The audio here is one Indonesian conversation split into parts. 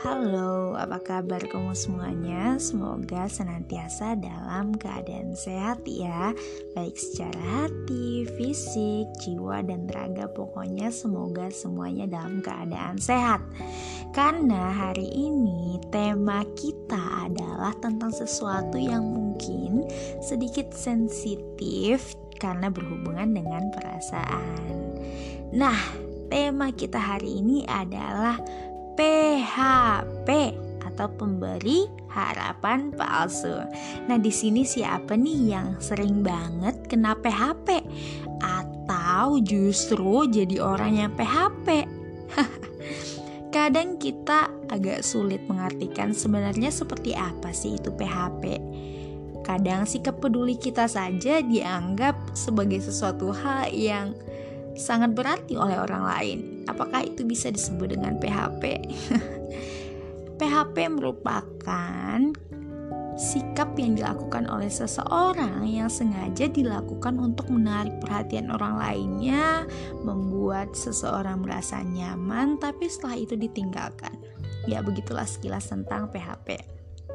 Halo, apa kabar kamu semuanya? Semoga senantiasa dalam keadaan sehat ya, baik secara hati, fisik, jiwa, dan raga. Pokoknya semoga semuanya dalam keadaan sehat. Karena hari ini tema kita adalah tentang sesuatu yang mungkin sedikit sensitif karena berhubungan dengan perasaan. Nah, tema kita hari ini adalah PHP atau pemberi harapan palsu. Nah, di sini siapa nih yang sering banget kena PHP atau justru jadi orang yang PHP? Kadang kita agak sulit mengartikan sebenarnya seperti apa sih itu PHP. Kadang sikap peduli kita saja dianggap sebagai sesuatu hal yang sangat berarti oleh orang lain. Apakah itu bisa disebut dengan PHP? PHP merupakan sikap yang dilakukan oleh seseorang yang sengaja dilakukan untuk menarik perhatian orang lainnya, membuat seseorang merasa nyaman, tapi setelah itu ditinggalkan. Ya, begitulah sekilas tentang PHP.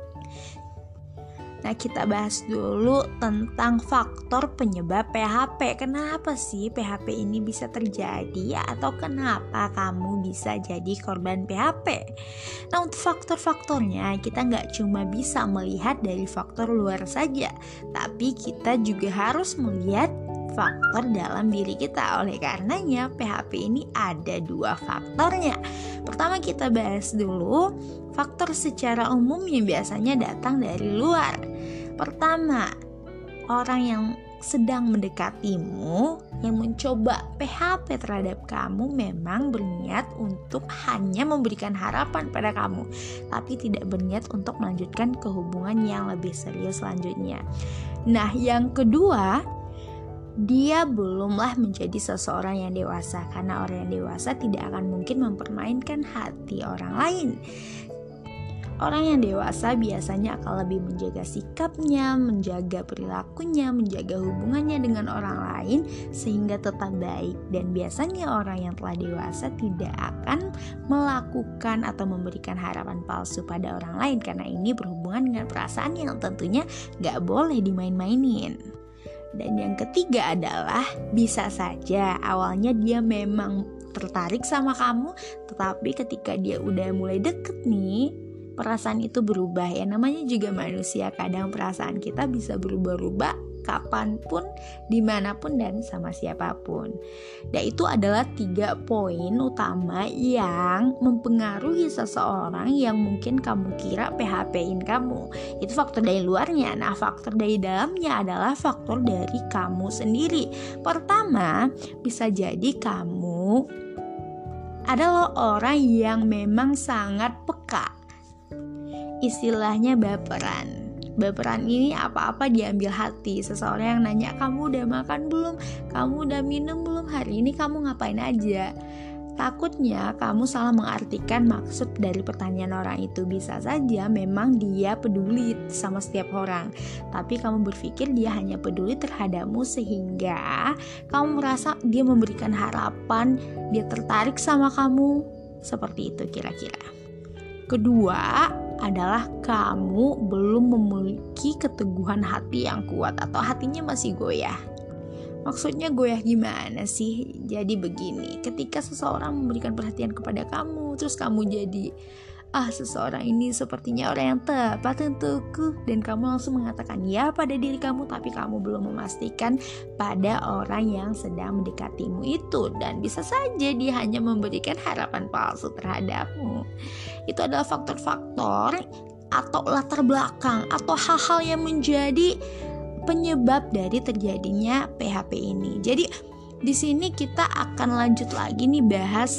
Nah, kita bahas dulu tentang faktor penyebab PHP. Kenapa sih PHP ini bisa terjadi atau kenapa kamu bisa jadi korban PHP? Nah, untuk faktor-faktornya kita nggak cuma bisa melihat dari faktor luar saja, tapi kita juga harus melihat faktor dalam diri kita. Oleh karenanya PHP ini ada dua faktornya. Pertama kita bahas dulu faktor secara umum yang biasanya datang dari luar. Pertama, orang yang sedang mendekatimu yang mencoba PHP terhadap kamu memang berniat untuk hanya memberikan harapan pada kamu, tapi tidak berniat untuk melanjutkan ke hubungan yang lebih serius selanjutnya. Nah, yang kedua, dia belumlah menjadi seseorang yang dewasa, karena orang yang dewasa tidak akan mungkin mempermainkan hati orang lain. Orang yang dewasa biasanya akan lebih menjaga sikapnya, menjaga perilakunya, menjaga hubungannya dengan orang lain sehingga tetap baik. Dan biasanya orang yang telah dewasa tidak akan melakukan atau memberikan harapan palsu pada orang lain, karena ini berhubungan dengan perasaan yang tentunya gak boleh dimain-mainin. Dan yang ketiga adalah bisa saja awalnya dia memang tertarik sama kamu, tetapi ketika dia udah mulai deket nih, perasaan itu berubah. Ya, namanya juga manusia, kadang perasaan kita bisa berubah-ubah kapanpun, dimanapun, dan sama siapapun. Dan itu adalah 3 poin utama yang mempengaruhi seseorang yang mungkin kamu kira PHP-in kamu. Itu faktor dari luarnya. Nah, faktor dari dalamnya adalah faktor dari kamu sendiri. Pertama, bisa jadi kamu adalah orang yang memang sangat peka. Istilahnya baperan. Baperan ini apa-apa diambil hati. Seseorang yang nanya, kamu udah makan belum? Kamu udah minum belum? Hari ini kamu ngapain aja? Takutnya kamu salah mengartikan maksud dari pertanyaan orang itu. Bisa saja memang dia peduli sama setiap orang, tapi kamu berpikir dia hanya peduli terhadapmu sehingga kamu merasa dia memberikan harapan, dia tertarik sama kamu. Seperti itu kira-kira. Kedua adalah kamu belum memiliki keteguhan hati yang kuat atau hatinya masih goyah. Maksudnya goyah gimana sih? Jadi begini, ketika seseorang memberikan perhatian kepada kamu, terus kamu jadi seseorang ini sepertinya orang yang tepat untukku, dan kamu langsung mengatakan ya pada diri kamu, tapi kamu belum memastikan pada orang yang sedang mendekatimu itu, dan bisa saja dia hanya memberikan harapan palsu terhadapmu. Itu adalah faktor-faktor atau latar belakang atau hal-hal yang menjadi penyebab dari terjadinya PHP ini. Jadi di sini kita akan lanjut lagi nih bahas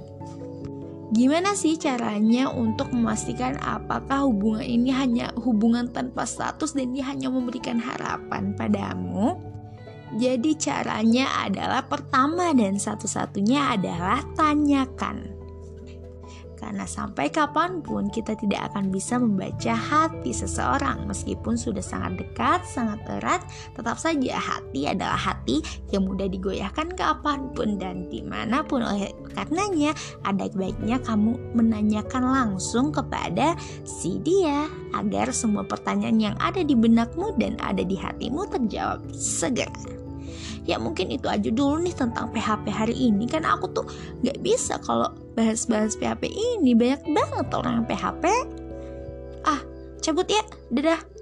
gimana sih caranya untuk memastikan apakah hubungan ini hanya hubungan tanpa status dan dia hanya memberikan harapan padamu. Jadi caranya adalah pertama dan satu-satunya adalah tanyakan. Karena sampai kapanpun kita tidak akan bisa membaca hati seseorang. Meskipun sudah sangat dekat, sangat erat, tetap saja hati adalah hati yang mudah digoyahkan kapanpun dan dimanapun. Oleh karenanya ada baiknya kamu menanyakan langsung kepada si dia, agar semua pertanyaan yang ada di benakmu dan ada di hatimu terjawab segera. Ya mungkin itu aja dulu nih tentang PHP hari ini. Kan aku tuh gak bisa kalau bahas-bahas PHP ini, banyak banget orang yang PHP. Cabut ya, dadah.